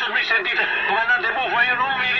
mi sentite? Comandante Buffa, io non vi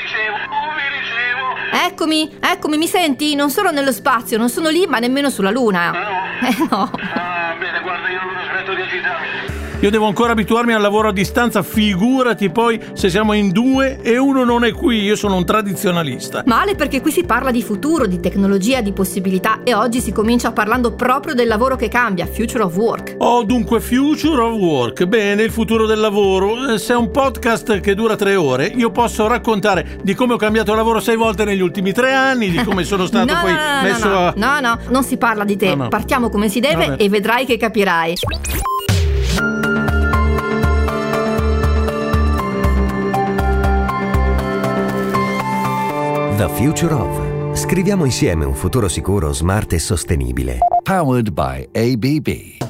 ricevo. Eccomi, mi senti? Non sono nello spazio, non sono lì, ma nemmeno sulla Luna. No? No. Bene, guarda, io non smetto di agitarmi. Io devo ancora abituarmi al lavoro a distanza, figurati poi se siamo in due e uno non è qui. Io sono un tradizionalista. Male, perché qui si parla di futuro, di tecnologia, di possibilità, e oggi si comincia parlando proprio del lavoro che cambia, Future of Work. Oh, dunque Future of Work. Bene, il futuro del lavoro. Se è un podcast che dura 3 ore, io posso raccontare di come ho cambiato lavoro 6 volte negli ultimi 3 anni, di come sono stato messo No, non si parla di te. No. Partiamo come si deve e vedrai che capirai. The Future of. Scriviamo insieme un futuro sicuro, smart e sostenibile. Powered by ABB.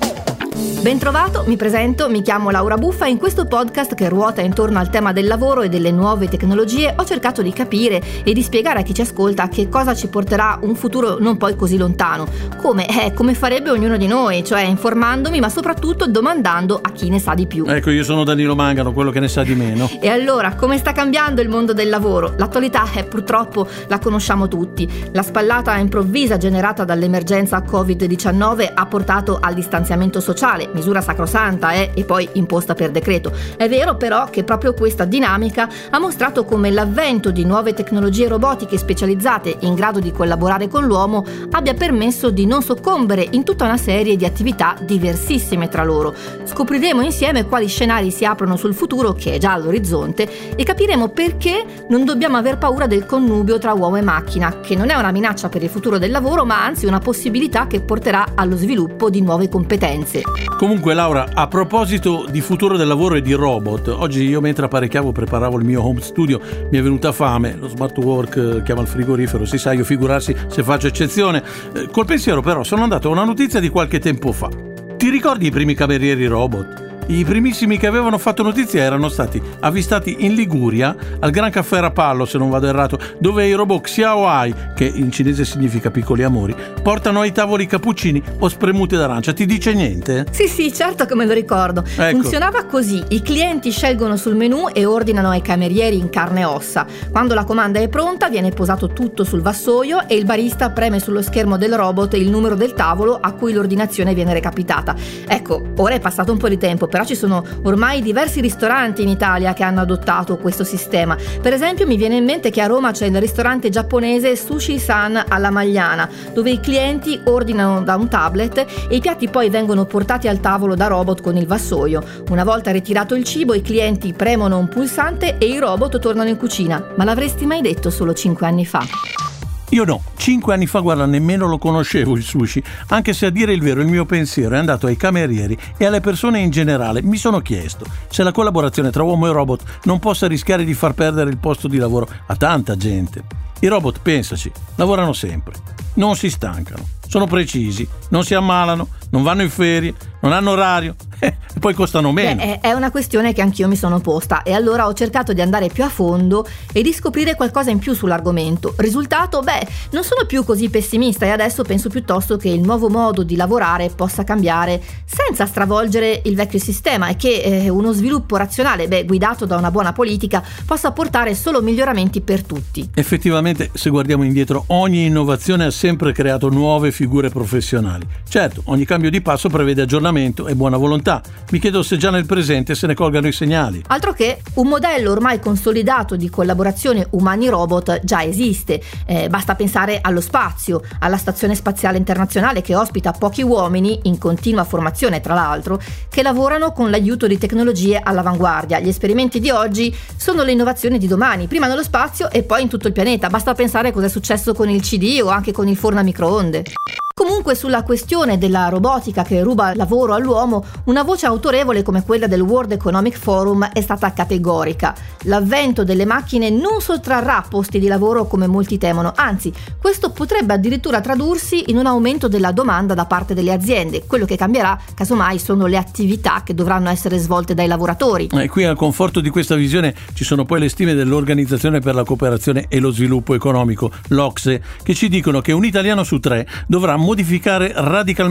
Ben trovato, mi presento, mi chiamo Laura Buffa e in questo podcast che ruota intorno al tema del lavoro e delle nuove tecnologie ho cercato di capire e di spiegare a chi ci ascolta che cosa ci porterà un futuro non poi così lontano, come farebbe ognuno di noi, cioè informandomi ma soprattutto domandando a chi ne sa di più. Ecco, io sono Danilo Mangano, quello che ne sa di meno. E allora, come sta cambiando il mondo del lavoro? L'attualità purtroppo la conosciamo tutti. La spallata improvvisa generata dall'emergenza Covid-19 ha portato al distanziamento sociale, misura sacrosanta e poi imposta per decreto. È vero però che proprio questa dinamica ha mostrato come l'avvento di nuove tecnologie robotiche specializzate in grado di collaborare con l'uomo abbia permesso di non soccombere in tutta una serie di attività diversissime tra loro. Scopriremo insieme quali scenari si aprono sul futuro, che è già all'orizzonte, e capiremo perché non dobbiamo aver paura del connubio tra uomo e macchina, che non è una minaccia per il futuro del lavoro, ma anzi una possibilità che porterà allo sviluppo di nuove competenze. Comunque Laura, a proposito di futuro del lavoro e di robot, oggi io mentre preparavo il mio home studio mi è venuta fame. Lo smart work chiama il frigorifero, si sa, io figurarsi se faccio eccezione. Col pensiero però sono andato a una notizia di qualche tempo fa. Ti ricordi i primi camerieri robot? I primissimi che avevano fatto notizia erano stati avvistati in Liguria, al Gran Caffè Rapallo, se non vado errato, dove i robot Xiaoai, che in cinese significa piccoli amori, portano ai tavoli cappuccini o spremute d'arancia. Ti dice niente? Sì, certo che me lo ricordo. Ecco. Funzionava così: i clienti scelgono sul menù e ordinano ai camerieri in carne e ossa. Quando la comanda è pronta viene posato tutto sul vassoio e il barista preme sullo schermo del robot il numero del tavolo a cui l'ordinazione viene recapitata. Ecco, ora è passato un po' di tempo, però ci sono ormai diversi ristoranti in Italia che hanno adottato questo sistema. Per esempio mi viene in mente che a Roma c'è il ristorante giapponese Sushi-san alla Magliana, dove i clienti ordinano da un tablet e i piatti poi vengono portati al tavolo da robot con il vassoio. Una volta ritirato il cibo, i clienti premono un pulsante e i robot tornano in cucina. Ma l'avresti mai detto solo 5 anni fa? Io no, 5 anni fa, guarda, nemmeno lo conoscevo il sushi, anche se a dire il vero il mio pensiero è andato ai camerieri e alle persone in generale. Mi sono chiesto se la collaborazione tra uomo e robot non possa rischiare di far perdere il posto di lavoro a tanta gente. I robot, pensaci, lavorano sempre, non si stancano, sono precisi, non si ammalano, non vanno in ferie, non hanno orario e poi costano meno. È una questione che anch'io mi sono posta e allora ho cercato di andare più a fondo e di scoprire qualcosa in più sull'argomento. Risultato? Non sono più così pessimista e adesso penso piuttosto che il nuovo modo di lavorare possa cambiare senza stravolgere il vecchio sistema e che uno sviluppo razionale, guidato da una buona politica, possa portare solo miglioramenti per tutti. Effettivamente, se guardiamo indietro, ogni innovazione ha sempre creato nuove figure professionali. Certo, ogni cambio di passo prevede aggiornamento e buona volontà. Mi chiedo se già nel presente se ne colgano i segnali. Altro che, un modello ormai consolidato di collaborazione umani-robot già esiste. Basta pensare allo spazio, alla Stazione Spaziale Internazionale, che ospita pochi uomini, in continua formazione tra l'altro, che lavorano con l'aiuto di tecnologie all'avanguardia. Gli esperimenti di oggi sono le innovazioni di domani, prima nello spazio e poi in tutto il pianeta. Basta pensare a cosa è successo con il CD o anche con il forno a microonde. Comunque, sulla questione della robotica che ruba lavoro all'uomo, una voce autorevole come quella del World Economic Forum è stata categorica. L'avvento delle macchine non sottrarrà posti di lavoro come molti temono, anzi, questo potrebbe addirittura tradursi in un aumento della domanda da parte delle aziende. Quello che cambierà, casomai, sono le attività che dovranno essere svolte dai lavoratori. E qui al conforto di questa visione ci sono poi le stime dell'Organizzazione per la cooperazione e lo sviluppo economico, l'OCSE, che ci dicono che un italiano su 3 dovrà modificare radicalmente le proprie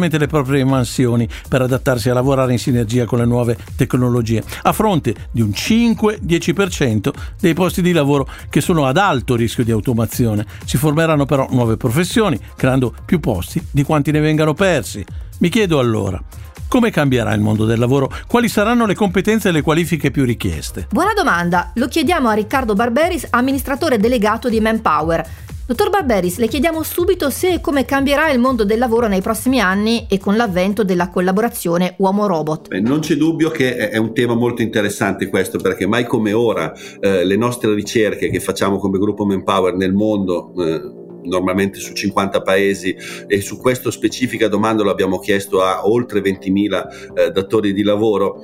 proprie mansioni per adattarsi a lavorare in sinergia con le nuove tecnologie, a fronte di un 5-10% dei posti di lavoro che sono ad alto rischio di automazione. Si formeranno però nuove professioni, creando più posti di quanti ne vengano persi. Mi chiedo allora, come cambierà il mondo del lavoro? Quali saranno le competenze e le qualifiche più richieste? Buona domanda, lo chiediamo a Riccardo Barberis, amministratore delegato di Manpower. Dottor Barberis, le chiediamo subito se e come cambierà il mondo del lavoro nei prossimi anni e con l'avvento della collaborazione uomo-robot. Non c'è dubbio che è un tema molto interessante questo, perché mai come ora le nostre ricerche che facciamo come gruppo Manpower nel mondo, normalmente su 50 paesi, e su questa specifica domanda lo abbiamo chiesto a oltre 20.000 datori di lavoro,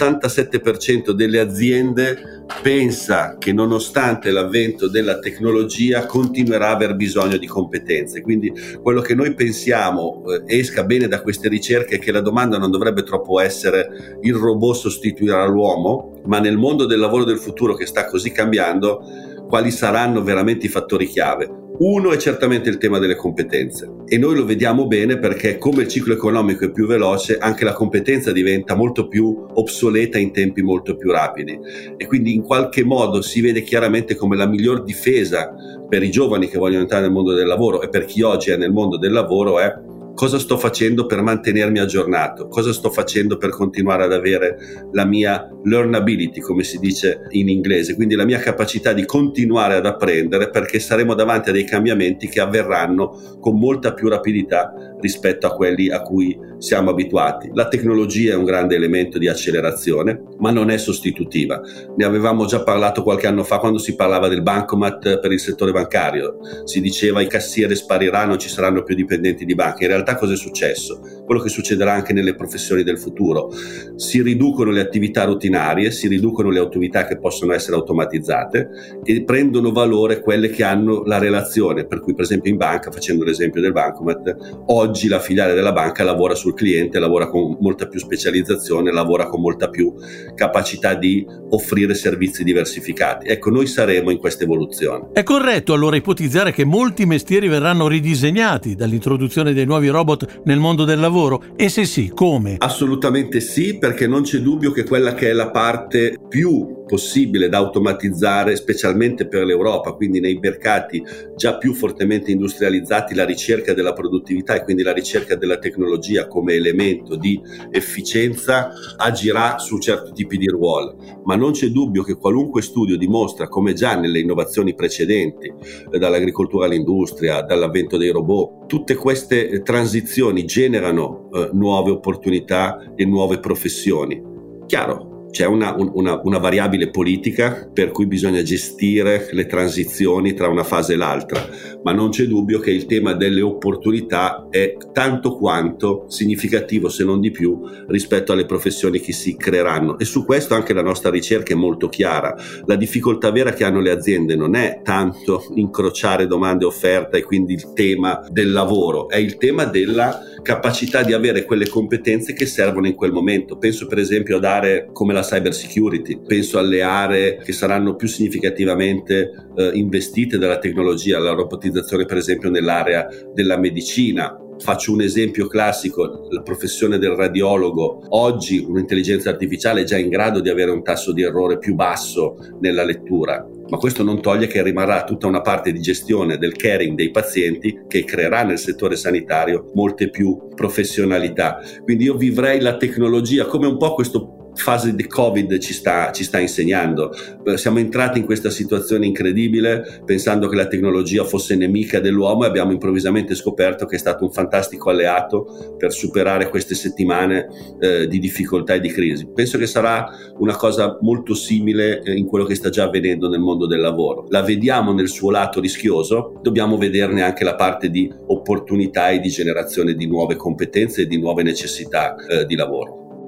l'87% delle aziende pensa che nonostante l'avvento della tecnologia continuerà a aver bisogno di competenze. Quindi quello che noi pensiamo esca bene da queste ricerche è che la domanda non dovrebbe troppo essere il robot sostituirà l'uomo, ma nel mondo del lavoro del futuro che sta così cambiando, quali saranno veramente i fattori chiave. Uno è certamente il tema delle competenze, e noi lo vediamo bene perché come il ciclo economico è più veloce, anche la competenza diventa molto più obsoleta in tempi molto più rapidi, e quindi in qualche modo si vede chiaramente come la miglior difesa per i giovani che vogliono entrare nel mondo del lavoro e per chi oggi è nel mondo del lavoro è: cosa sto facendo per mantenermi aggiornato? Cosa sto facendo per continuare ad avere la mia learnability, come si dice in inglese, quindi la mia capacità di continuare ad apprendere, perché saremo davanti a dei cambiamenti che avverranno con molta più rapidità rispetto a quelli a cui siamo abituati. La tecnologia è un grande elemento di accelerazione, ma non è sostitutiva. Ne avevamo già parlato qualche anno fa quando si parlava del bancomat per il settore bancario. Si diceva i cassieri spariranno, ci saranno più dipendenti di banca. In realtà cosa è successo? Quello che succederà anche nelle professioni del futuro. Si riducono le attività rutinarie, si riducono le attività che possono essere automatizzate e prendono valore quelle che hanno la relazione. Per cui per esempio in banca, facendo l'esempio del bancomat, oggi la filiale della banca lavora sul cliente, lavora con molta più specializzazione, lavora con molta più capacità di offrire servizi diversificati. Ecco, noi saremo in questa evoluzione. È corretto allora ipotizzare che molti mestieri verranno ridisegnati dall'introduzione dei nuovi robot nel mondo del lavoro? E se sì, come? Assolutamente sì, perché non c'è dubbio che quella che è la parte più possibile da automatizzare, specialmente per l'Europa, quindi nei mercati già più fortemente industrializzati, la ricerca della produttività e quindi la ricerca della tecnologia come elemento di efficienza agirà su certi tipi di ruoli, ma non c'è dubbio che qualunque studio dimostra, come già nelle innovazioni precedenti, dall'agricoltura all'industria, dall'avvento dei robot, tutte queste transizioni generano nuove opportunità e nuove professioni. Chiaro, c'è una variabile politica per cui bisogna gestire le transizioni tra una fase e l'altra, ma non c'è dubbio che il tema delle opportunità è tanto quanto significativo, se non di più, rispetto alle professioni che si creeranno, e su questo anche la nostra ricerca è molto chiara. La difficoltà vera che hanno le aziende non è tanto incrociare domande e offerta e quindi il tema del lavoro, è il tema della capacità di avere quelle competenze che servono in quel momento. Penso per esempio ad aree come la cyber security, penso alle aree che saranno più significativamente investite dalla tecnologia, la robotizzazione per esempio nell'area della medicina. Faccio un esempio classico, la professione del radiologo. Oggi un'intelligenza artificiale è già in grado di avere un tasso di errore più basso nella lettura, ma questo non toglie che rimarrà tutta una parte di gestione del caring dei pazienti che creerà nel settore sanitario molte più professionalità. Quindi io vivrei la tecnologia come un po' questo fase di Covid ci sta insegnando. Siamo entrati in questa situazione incredibile pensando che la tecnologia fosse nemica dell'uomo e abbiamo improvvisamente scoperto che è stato un fantastico alleato per superare queste settimane di difficoltà e di crisi. Penso che sarà una cosa molto simile in quello che sta già avvenendo nel mondo del lavoro. La vediamo nel suo lato rischioso, dobbiamo vederne anche la parte di opportunità e di generazione di nuove competenze e di nuove necessità di lavoro.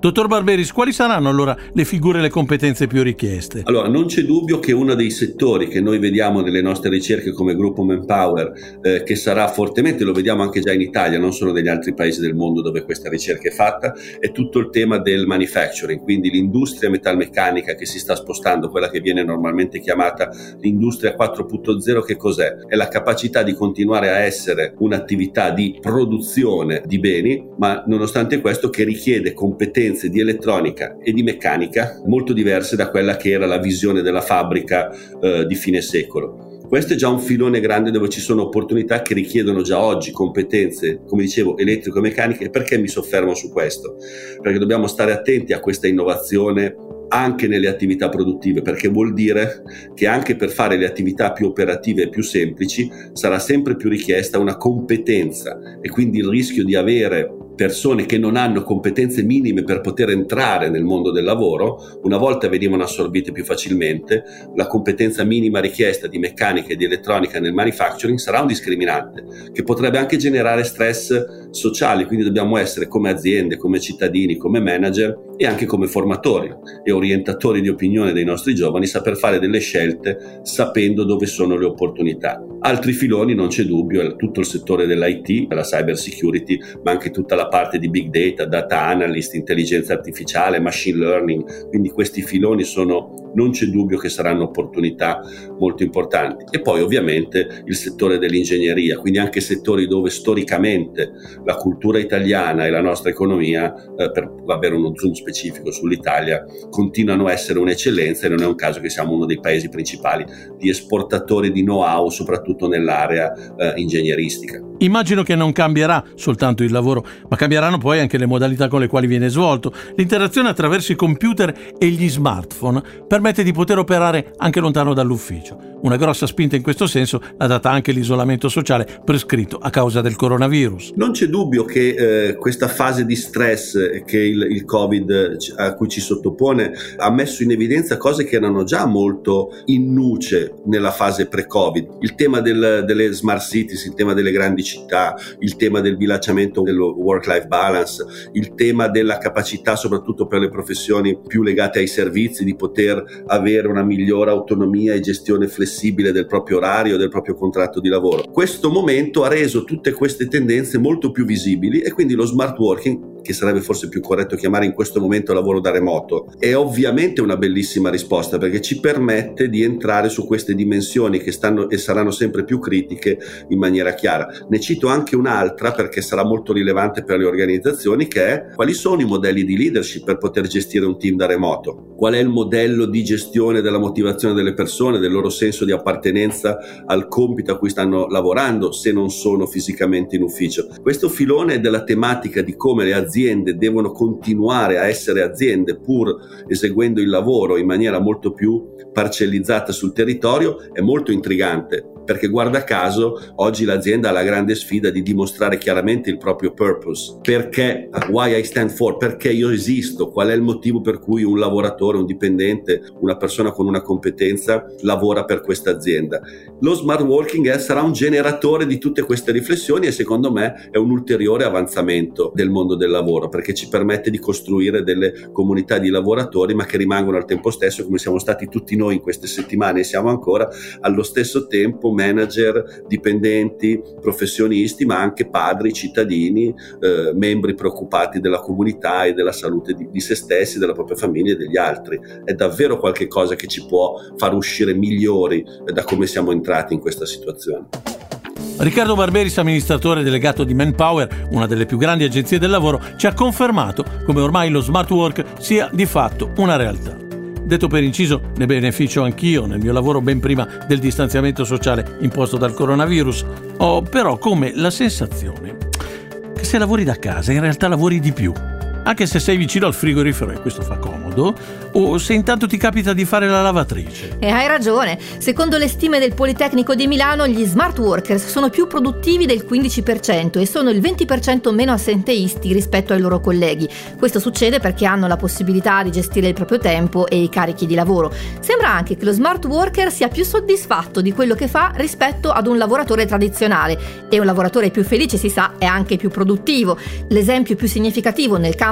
Dottor Barberis, quali saranno allora le figure e le competenze più richieste? Allora, non c'è dubbio che uno dei settori che noi vediamo nelle nostre ricerche come gruppo Manpower, che sarà fortemente, lo vediamo anche già in Italia, non solo negli altri paesi del mondo dove questa ricerca è fatta, è tutto il tema del manufacturing, quindi l'industria metalmeccanica che si sta spostando, quella che viene normalmente chiamata l'industria 4.0. Che cos'è? È la capacità di continuare a essere un'attività di produzione di beni, ma nonostante questo che richiede competenze di elettronica e di meccanica molto diverse da quella che era la visione della fabbrica di fine secolo. Questo è già un filone grande dove ci sono opportunità che richiedono già oggi competenze, come dicevo, elettrico-meccaniche. E perché mi soffermo su questo? Perché dobbiamo stare attenti a questa innovazione anche nelle attività produttive, perché vuol dire che anche per fare le attività più operative e più semplici sarà sempre più richiesta una competenza, e quindi il rischio di avere persone che non hanno competenze minime per poter entrare nel mondo del lavoro, una volta venivano assorbite più facilmente, la competenza minima richiesta di meccanica e di elettronica nel manufacturing sarà un discriminante che potrebbe anche generare stress sociali. Quindi dobbiamo essere, come aziende, come cittadini, come manager e anche come formatori e orientatori di opinione dei nostri giovani, saper fare delle scelte sapendo dove sono le opportunità. Altri filoni, non c'è dubbio, è tutto il settore dell'IT, la cyber security, ma anche tutta la parte di big data, data analyst, intelligenza artificiale, machine learning. Quindi questi filoni non c'è dubbio che saranno opportunità molto importanti. E poi ovviamente il settore dell'ingegneria, quindi anche settori dove storicamente la cultura italiana e la nostra economia, per avere uno zoom specifico sull'Italia, continuano a essere un'eccellenza, e non è un caso che siamo uno dei paesi principali di esportatori di know-how, soprattutto nell'area ingegneristica. Immagino che non cambierà soltanto il lavoro, ma cambieranno poi anche le modalità con le quali viene svolto. L'interazione attraverso i computer e gli smartphone permette di poter operare anche lontano dall'ufficio. Una grossa spinta in questo senso l'ha data anche l'isolamento sociale prescritto a causa del coronavirus. Non c'è dubbio che questa fase di stress che il Covid a cui ci sottopone ha messo in evidenza cose che erano già molto in nuce nella fase pre-Covid. Il tema delle smart cities, il tema delle grandi città, il tema del bilanciamento dello work-life balance, il tema della capacità, soprattutto per le professioni più legate ai servizi, di poter avere una migliore autonomia e gestione flessibile del proprio orario, del proprio contratto di lavoro. Questo momento ha reso tutte queste tendenze molto più visibili, e quindi lo smart working, che sarebbe forse più corretto chiamare in questo momento lavoro da remoto, è ovviamente una bellissima risposta, perché ci permette di entrare su queste dimensioni che stanno e saranno sempre più critiche in maniera chiara. Ne cito anche un'altra perché sarà molto rilevante per le organizzazioni, che è: quali sono i modelli di leadership per poter gestire un team da remoto? Qual è il modello di gestione della motivazione delle persone, del loro senso di appartenenza al compito a cui stanno lavorando, se non sono fisicamente in ufficio? Questo filone della tematica di come le aziende devono continuare a essere aziende pur eseguendo il lavoro in maniera molto più parcellizzata sul territorio è molto intrigante, perché guarda caso oggi l'azienda ha la grande sfida di dimostrare chiaramente il proprio purpose. Perché? Why I stand for? Perché io esisto? Qual è il motivo per cui un lavoratore, un dipendente, una persona con una competenza lavora per questa azienda? Lo smart working sarà un generatore di tutte queste riflessioni, e secondo me è un ulteriore avanzamento del mondo del lavoro, perché ci permette di costruire delle comunità di lavoratori, ma che rimangono al tempo stesso, come siamo stati tutti noi in queste settimane e siamo ancora, allo stesso tempo manager, dipendenti, professionisti, ma anche padri, cittadini, membri preoccupati della comunità e della salute di se stessi, della propria famiglia e degli altri. È davvero qualche cosa che ci può far uscire migliori da come siamo entrati in questa situazione. Riccardo Barberis, amministratore delegato di Manpower, una delle più grandi agenzie del lavoro, ci ha confermato come ormai lo smart work sia di fatto una realtà. Detto per inciso, ne beneficio anch'io nel mio lavoro ben prima del distanziamento sociale imposto dal coronavirus. Ho però come la sensazione che se lavori da casa in realtà lavori di più, anche se sei vicino al frigorifero e questo fa comodo, o se intanto ti capita di fare la lavatrice. E hai ragione, secondo le stime del Politecnico di Milano gli smart workers sono più produttivi del 15% e sono il 20% meno assenteisti rispetto ai loro colleghi. Questo succede perché hanno la possibilità di gestire il proprio tempo e i carichi di lavoro. Sembra anche che lo smart worker sia più soddisfatto di quello che fa rispetto ad un lavoratore tradizionale, e un lavoratore più felice, si sa, è anche più produttivo. L'esempio più significativo nel campo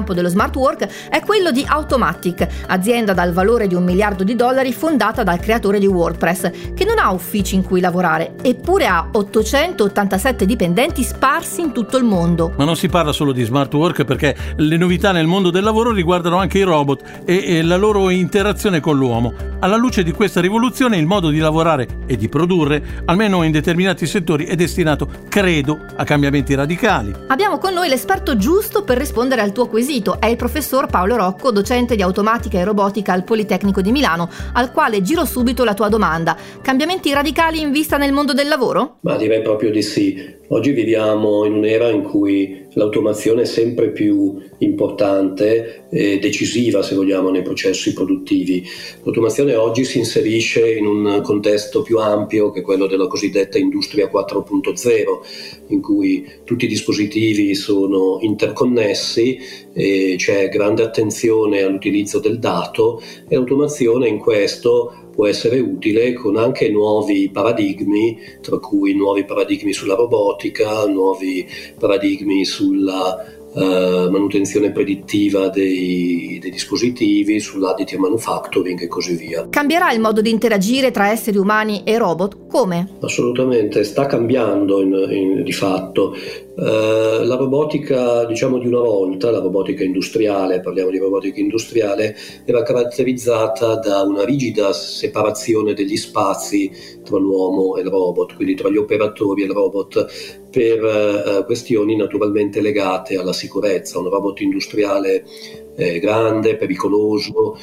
campo dello smart work è quello di Automattic, azienda dal valore di $1 miliardo fondata dal creatore di WordPress, che non ha uffici in cui lavorare, eppure ha 887 dipendenti sparsi in tutto il mondo. Ma non si parla solo di smart work, perché le novità nel mondo del lavoro riguardano anche i robot e la loro interazione con l'uomo. Alla luce di questa rivoluzione, il modo di lavorare e di produrre, almeno in determinati settori, è destinato, credo, a cambiamenti radicali. Abbiamo con noi l'esperto giusto per rispondere al tuo quesito. È il professor Paolo Rocco, docente di automatica e robotica al Politecnico di Milano, al quale giro subito la tua domanda. Cambiamenti radicali in vista nel mondo del lavoro? Ma direi proprio di sì. Oggi viviamo in un'era in cui l'automazione è sempre più importante e decisiva, se vogliamo, nei processi produttivi. L'automazione oggi si inserisce in un contesto più ampio che quello della cosiddetta industria 4.0, in cui tutti i dispositivi sono interconnessi e c'è grande attenzione all'utilizzo del dato, e l'automazione in questo può essere utile con anche nuovi paradigmi, tra cui nuovi paradigmi sulla robotica, nuovi paradigmi sulla manutenzione predittiva dei dispositivi, sull'additive manufacturing e così via. Cambierà il modo di interagire tra esseri umani e robot? Come? Assolutamente, sta cambiando di fatto. La robotica, diciamo di una volta, la robotica industriale, parliamo di robotica industriale, era caratterizzata da una rigida separazione degli spazi tra l'uomo e il robot, quindi tra gli operatori e il robot, per questioni naturalmente legate alla sicurezza. Un robot industriale grande, pericoloso,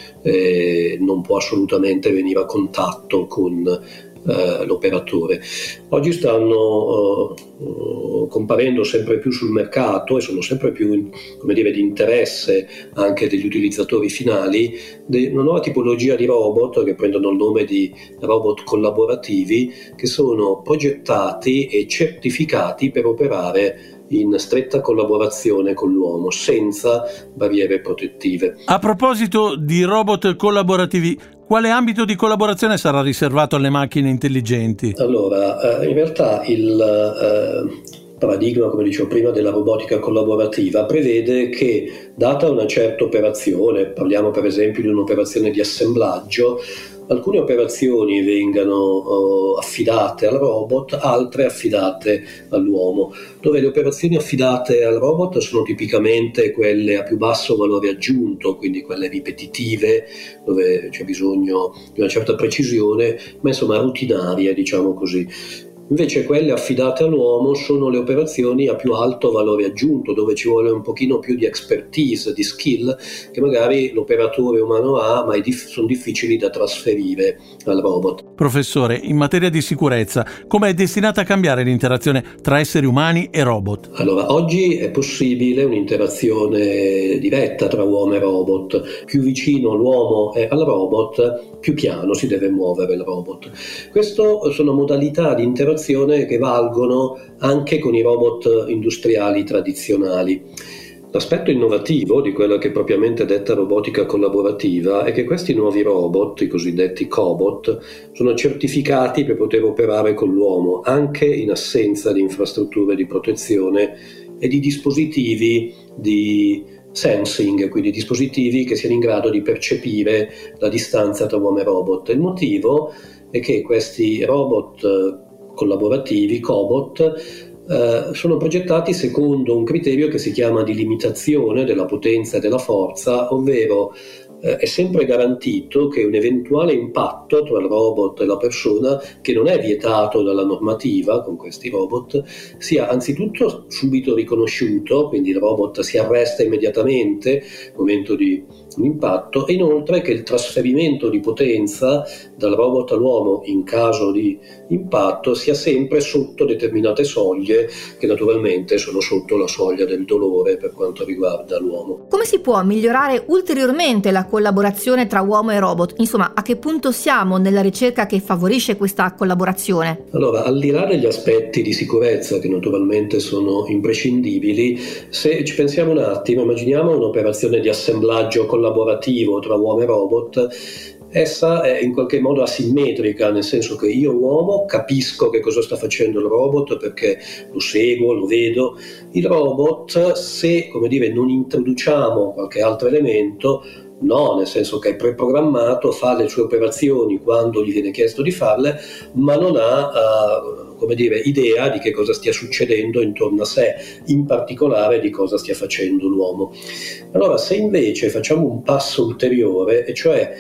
non può assolutamente venire a contatto con l'operatore. Oggi stanno comparendo sempre più sul mercato e sono sempre più, come dire, di interesse anche degli utilizzatori finali, una nuova tipologia di robot che prendono il nome di robot collaborativi, che sono progettati e certificati per operare in stretta collaborazione con l'uomo, senza barriere protettive. A proposito di robot collaborativi, quale ambito di collaborazione sarà riservato alle macchine intelligenti? Allora, in realtà il paradigma, come dicevo prima, della robotica collaborativa prevede che, data una certa operazione, parliamo per esempio di un'operazione di assemblaggio, alcune operazioni vengano affidate al robot, altre affidate all'uomo, dove le operazioni affidate al robot sono tipicamente quelle a più basso valore aggiunto, quindi quelle ripetitive, dove c'è bisogno di una certa precisione, ma insomma rutinarie, diciamo così. Invece quelle affidate all'uomo sono le operazioni a più alto valore aggiunto, dove ci vuole un pochino più di expertise, di skill, che magari l'operatore umano ha, ma sono difficili da trasferire al robot. Professore, in materia di sicurezza, come è destinata a cambiare l'interazione tra esseri umani e robot? Allora, oggi è possibile un'interazione diretta tra uomo e robot. Più vicino l'uomo è al robot, più piano si deve muovere il robot. Queste sono modalità di interazione che valgono anche con i robot industriali tradizionali. L'aspetto innovativo di quella che è propriamente detta robotica collaborativa è che questi nuovi robot, i cosiddetti cobot, sono certificati per poter operare con l'uomo, anche in assenza di infrastrutture di protezione e di dispositivi di sensing, quindi dispositivi che siano in grado di percepire la distanza tra uomo e robot. Il motivo è che questi robot collaborativi, cobot, sono progettati secondo un criterio che si chiama di limitazione della potenza e della forza, ovvero è sempre garantito che un eventuale impatto tra il robot e la persona, che non è vietato dalla normativa con questi robot, sia anzitutto subito riconosciuto, quindi il robot si arresta immediatamente nel momento di un impatto, e inoltre che il trasferimento di potenza dal robot all'uomo in caso di impatto sia sempre sotto determinate soglie, che naturalmente sono sotto la soglia del dolore per quanto riguarda l'uomo. Come si può migliorare ulteriormente la collaborazione tra uomo e robot? Insomma, a che punto siamo nella ricerca che favorisce questa collaborazione? Allora, al di là degli aspetti di sicurezza che naturalmente sono imprescindibili, se ci pensiamo un attimo, immaginiamo un'operazione di assemblaggio collaborativo tra uomo e robot. essa è in qualche modo asimmetrica, nel senso che io uomo capisco che cosa sta facendo il robot perché lo seguo, lo vedo. Il robot, se non introduciamo qualche altro elemento, no, nel senso che è preprogrammato, fa le sue operazioni quando gli viene chiesto di farle, ma non ha idea di che cosa stia succedendo intorno a sé, in particolare di cosa stia facendo l'uomo. Allora, se invece facciamo un passo ulteriore, e cioè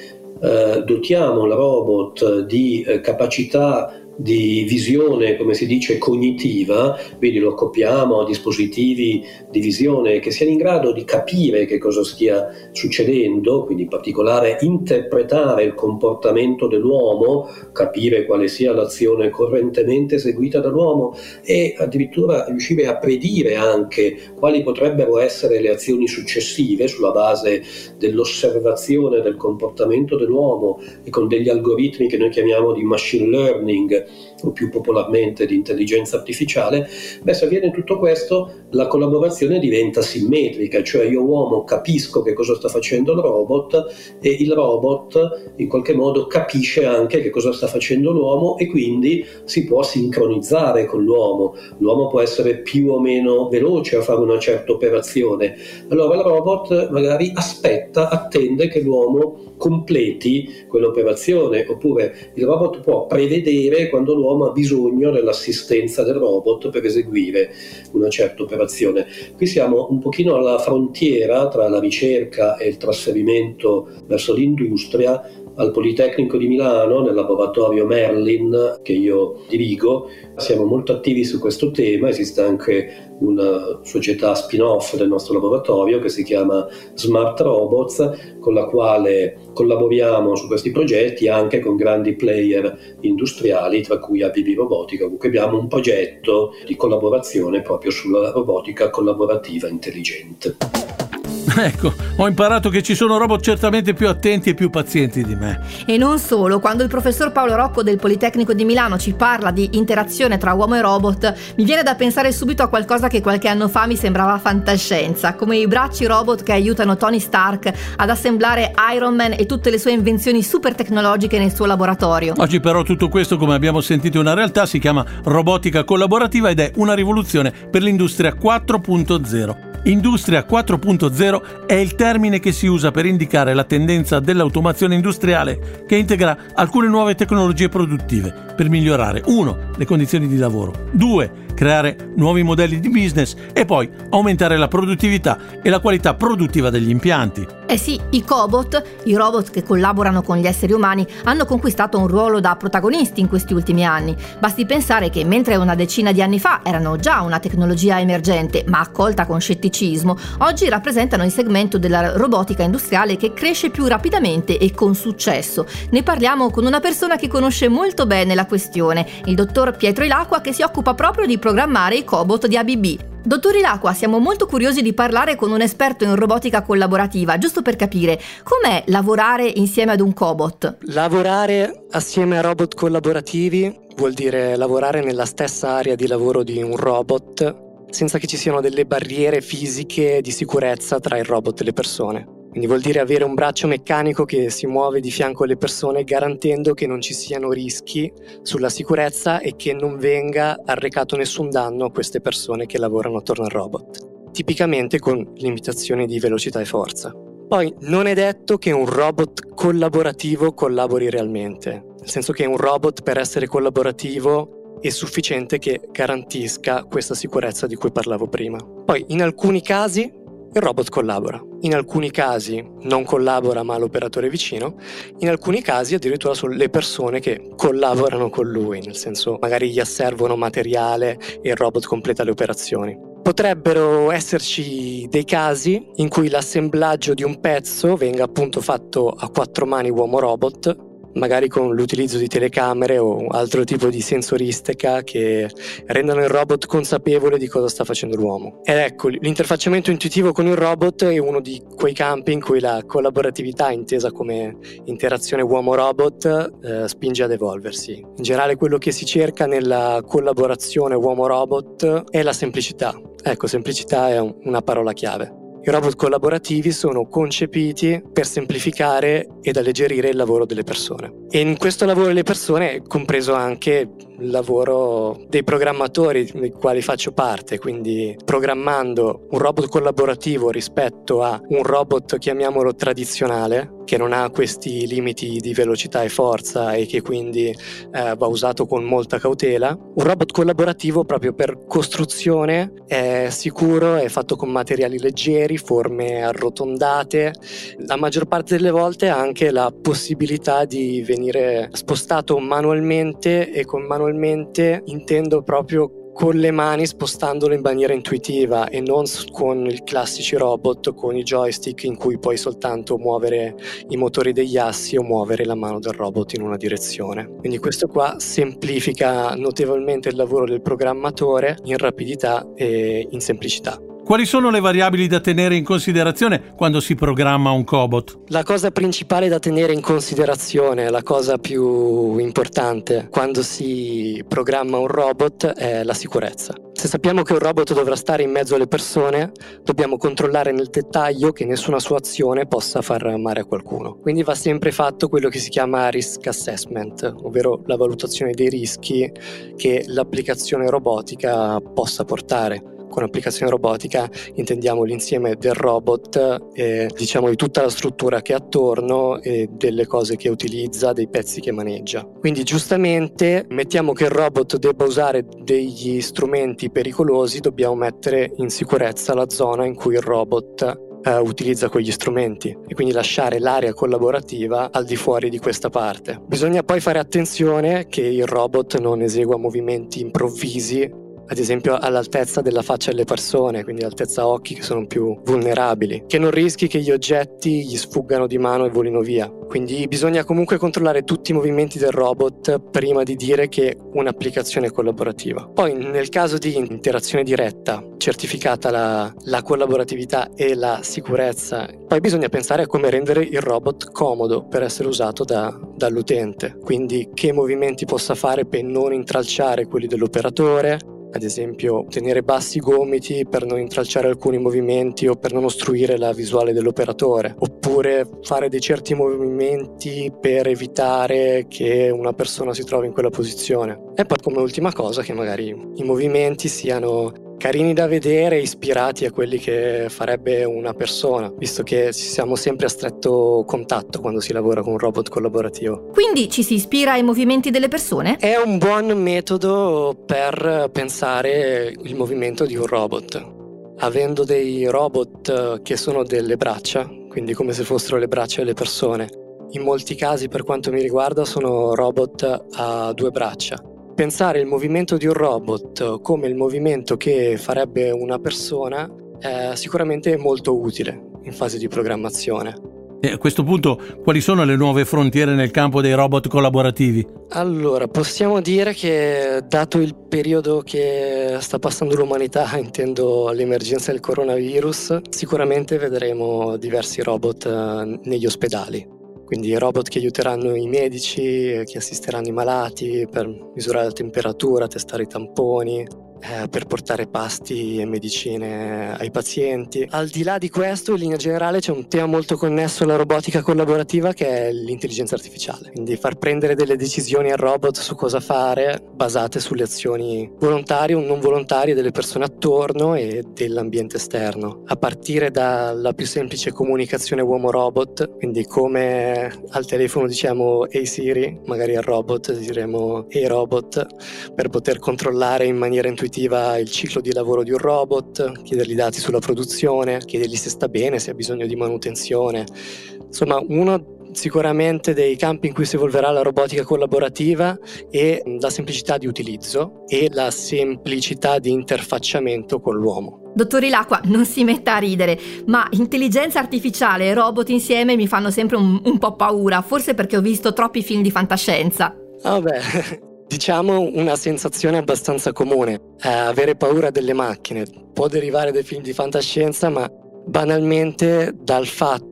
dotiamo il robot di capacità di visione, come si dice, cognitiva, quindi lo accoppiamo a dispositivi di visione che siano in grado di capire che cosa stia succedendo, quindi in particolare interpretare il comportamento dell'uomo, capire quale sia l'azione correntemente eseguita dall'uomo e addirittura riuscire a predire anche quali potrebbero essere le azioni successive sulla base dell'osservazione del comportamento dell'uomo e con degli algoritmi che noi chiamiamo di machine learning o più popolarmente di intelligenza artificiale. Se avviene tutto questo, la collaborazione diventa simmetrica, cioè io uomo capisco che cosa sta facendo il robot e il robot in qualche modo capisce anche che cosa sta facendo l'uomo e quindi si può sincronizzare con l'uomo. L'uomo può essere più o meno veloce a fare una certa operazione, allora il robot magari attende che l'uomo completi quell'operazione, oppure il robot può prevedere quando l'uomo ha bisogno dell'assistenza del robot per eseguire una certa operazione. Qui siamo un pochino alla frontiera tra la ricerca e il trasferimento verso l'industria. Al Politecnico di Milano, nel laboratorio Merlin che io dirigo, siamo molto attivi su questo tema. Esiste anche una società spin-off del nostro laboratorio che si chiama Smart Robots, con la quale collaboriamo su questi progetti anche con grandi player industriali, tra cui ABB Robotica. Comunque abbiamo un progetto di collaborazione proprio sulla robotica collaborativa intelligente. Ecco, ho imparato che ci sono robot certamente più attenti e più pazienti di me. E non solo, quando il professor Paolo Rocco del Politecnico di Milano ci parla di interazione tra uomo e robot, mi viene da pensare subito a qualcosa che qualche anno fa mi sembrava fantascienza, come i bracci robot che aiutano Tony Stark ad assemblare Iron Man e tutte le sue invenzioni super tecnologiche nel suo laboratorio. Oggi però tutto questo, come abbiamo sentito, è una realtà, si chiama robotica collaborativa ed è una rivoluzione per l'industria 4.0. Industria 4.0 è il termine che si usa per indicare la tendenza dell'automazione industriale che integra alcune nuove tecnologie produttive per migliorare 1. le condizioni di lavoro, 2. creare nuovi modelli di business e poi aumentare la produttività e la qualità produttiva degli impianti. Eh sì, i cobot, i robot che collaborano con gli esseri umani, hanno conquistato un ruolo da protagonisti in questi ultimi anni. Basti pensare che mentre una decina di anni fa erano già una tecnologia emergente ma accolta con scetticismo, oggi rappresentano il segmento della robotica industriale che cresce più rapidamente e con successo. Ne parliamo con una persona che conosce molto bene la questione, il dottor Pietro Ilacqua, che si occupa proprio di programmare i cobot di ABB. Dottor Ilacqua, siamo molto curiosi di parlare con un esperto in robotica collaborativa, giusto per capire com'è lavorare insieme ad un cobot. Lavorare assieme a robot collaborativi vuol dire lavorare nella stessa area di lavoro di un robot senza che ci siano delle barriere fisiche di sicurezza tra il robot e le persone. Quindi vuol dire avere un braccio meccanico che si muove di fianco alle persone garantendo che non ci siano rischi sulla sicurezza e che non venga arrecato nessun danno a queste persone che lavorano attorno al robot, tipicamente con limitazioni di velocità e forza. Poi non è detto che un robot collaborativo collabori realmente, nel senso che un robot, per essere collaborativo, è sufficiente che garantisca questa sicurezza di cui parlavo prima. Poi in alcuni casi il robot collabora, in alcuni casi non collabora ma l'operatore è vicino, in alcuni casi addirittura sono le persone che collaborano con lui, nel senso magari gli asservono materiale e il robot completa le operazioni. Potrebbero esserci dei casi in cui l'assemblaggio di un pezzo venga appunto fatto a 4 mani uomo-robot, magari con l'utilizzo di telecamere o altro tipo di sensoristica che rendano il robot consapevole di cosa sta facendo l'uomo. Ed ecco, l'interfacciamento intuitivo con il robot è uno di quei campi in cui la collaboratività, intesa come interazione uomo-robot, spinge ad evolversi. In generale quello che si cerca nella collaborazione uomo-robot è la semplicità. Ecco, semplicità è una parola chiave. I robot collaborativi sono concepiti per semplificare ed alleggerire il lavoro delle persone. E in questo lavoro delle persone è compreso anche il lavoro dei programmatori, dei quali faccio parte, quindi programmando un robot collaborativo rispetto a un robot, chiamiamolo tradizionale, che non ha questi limiti di velocità e forza e che quindi va usato con molta cautela. Un robot collaborativo, proprio per costruzione, è sicuro, è fatto con materiali leggeri, forme arrotondate. La maggior parte delle volte ha anche la possibilità di venire spostato manualmente, e con manualmente intendo proprio con le mani, spostandolo in maniera intuitiva e non con i classici robot con i joystick in cui puoi soltanto muovere i motori degli assi o muovere la mano del robot in una direzione. Quindi questo qua semplifica notevolmente il lavoro del programmatore in rapidità e in semplicità. Quali sono le variabili da tenere in considerazione quando si programma un cobot? La cosa principale da tenere in considerazione, la cosa più importante quando si programma un robot, è la sicurezza. Se sappiamo che un robot dovrà stare in mezzo alle persone, dobbiamo controllare nel dettaglio che nessuna sua azione possa far male a qualcuno. Quindi va sempre fatto quello che si chiama risk assessment, ovvero la valutazione dei rischi che l'applicazione robotica possa portare. Con applicazione robotica intendiamo l'insieme del robot e diciamo di tutta la struttura che è attorno e delle cose che utilizza, dei pezzi che maneggia. Quindi giustamente mettiamo che il robot debba usare degli strumenti pericolosi, dobbiamo mettere in sicurezza la zona in cui il robot utilizza quegli strumenti e quindi lasciare l'area collaborativa al di fuori di questa parte. Bisogna poi fare attenzione che il robot non esegua movimenti improvvisi, ad esempio all'altezza della faccia delle persone, quindi all'altezza occhi, che sono più vulnerabili, che non rischi che gli oggetti gli sfuggano di mano e volino via. Quindi bisogna comunque controllare tutti i movimenti del robot prima di dire che un'applicazione è collaborativa. Poi nel caso di interazione diretta, certificata la collaboratività e la sicurezza, poi bisogna pensare a come rendere il robot comodo per essere usato dall'utente. Quindi che movimenti possa fare per non intralciare quelli dell'operatore, ad esempio tenere bassi i gomiti per non intralciare alcuni movimenti o per non ostruire la visuale dell'operatore, oppure fare dei certi movimenti per evitare che una persona si trovi in quella posizione. E poi come ultima cosa che magari i movimenti siano carini da vedere, ispirati a quelli che farebbe una persona, visto che siamo sempre a stretto contatto quando si lavora con un robot collaborativo. Quindi ci si ispira ai movimenti delle persone? È un buon metodo per pensare il movimento di un robot. Avendo dei robot che sono delle braccia, quindi come se fossero le braccia delle persone, in molti casi, per quanto mi riguarda, sono robot a due braccia. Pensare il movimento di un robot come il movimento che farebbe una persona è sicuramente molto utile in fase di programmazione. E a questo punto, quali sono le nuove frontiere nel campo dei robot collaborativi? Allora, possiamo dire che, dato il periodo che sta passando l'umanità, intendo l'emergenza del coronavirus, sicuramente vedremo diversi robot negli ospedali. Quindi robot che aiuteranno i medici, che assisteranno i malati per misurare la temperatura, testare i tamponi, per portare pasti e medicine ai pazienti. Al di là di questo, in linea generale, c'è un tema molto connesso alla robotica collaborativa, che è l'intelligenza artificiale. Quindi far prendere delle decisioni al robot su cosa fare, basate sulle azioni volontarie o non volontarie delle persone attorno e dell'ambiente esterno. A partire dalla più semplice comunicazione uomo-robot, quindi come al telefono diciamo "Ehi Siri", magari al robot diremo "Ehi robot", per poter controllare in maniera intuitiva il ciclo di lavoro di un robot, chiedergli dati sulla produzione, chiedergli se sta bene, se ha bisogno di manutenzione. Insomma, uno sicuramente dei campi in cui si evolverà la robotica collaborativa è la semplicità di utilizzo e la semplicità di interfacciamento con l'uomo. Dottor Ilacqua, non si metta a ridere, ma intelligenza artificiale e robot insieme mi fanno sempre un po' paura, forse perché ho visto troppi film di fantascienza. Vabbè, diciamo una sensazione abbastanza comune. Avere paura delle macchine può derivare dai film di fantascienza, ma banalmente dal fatto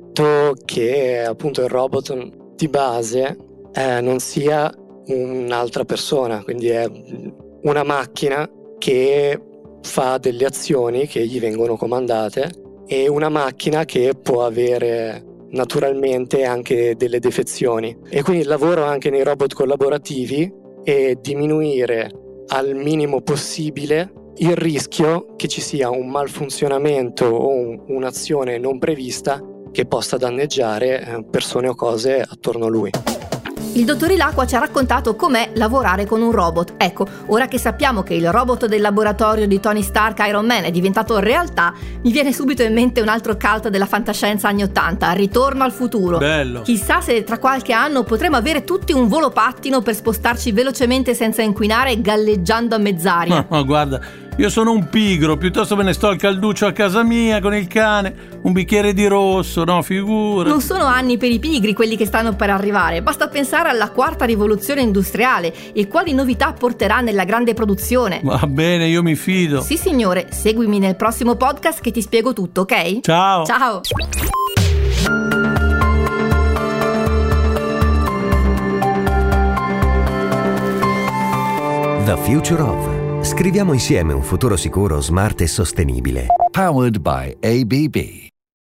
che appunto il robot di base non sia un'altra persona, quindi è una macchina che fa delle azioni che gli vengono comandate e una macchina che può avere naturalmente anche delle defezioni. E quindi il lavoro anche nei robot collaborativi è diminuire al minimo possibile il rischio che ci sia un malfunzionamento o un'azione non prevista che possa danneggiare persone o cose attorno a lui. Il dottor Ilacqua ci ha raccontato com'è lavorare con un robot. Ecco, ora che sappiamo che il robot del laboratorio di Tony Stark Iron Man è diventato realtà, mi viene subito in mente un altro cult della fantascienza anni '80, Ritorno al futuro. Bello. Chissà se tra qualche anno potremo avere tutti un volo pattino per spostarci velocemente senza inquinare, galleggiando a mezz'aria. Ma guarda, io sono un pigro, piuttosto me ne sto al calduccio a casa mia con il cane, un bicchiere di rosso, no, figura. Non sono anni per i pigri quelli che stanno per arrivare, basta pensare alla quarta rivoluzione industriale e quali novità porterà nella grande produzione. Va bene, io mi fido. Sì signore, seguimi nel prossimo podcast che ti spiego tutto, ok? Ciao. Ciao. The Future of. Scriviamo insieme un futuro sicuro, smart e sostenibile. Powered by ABB.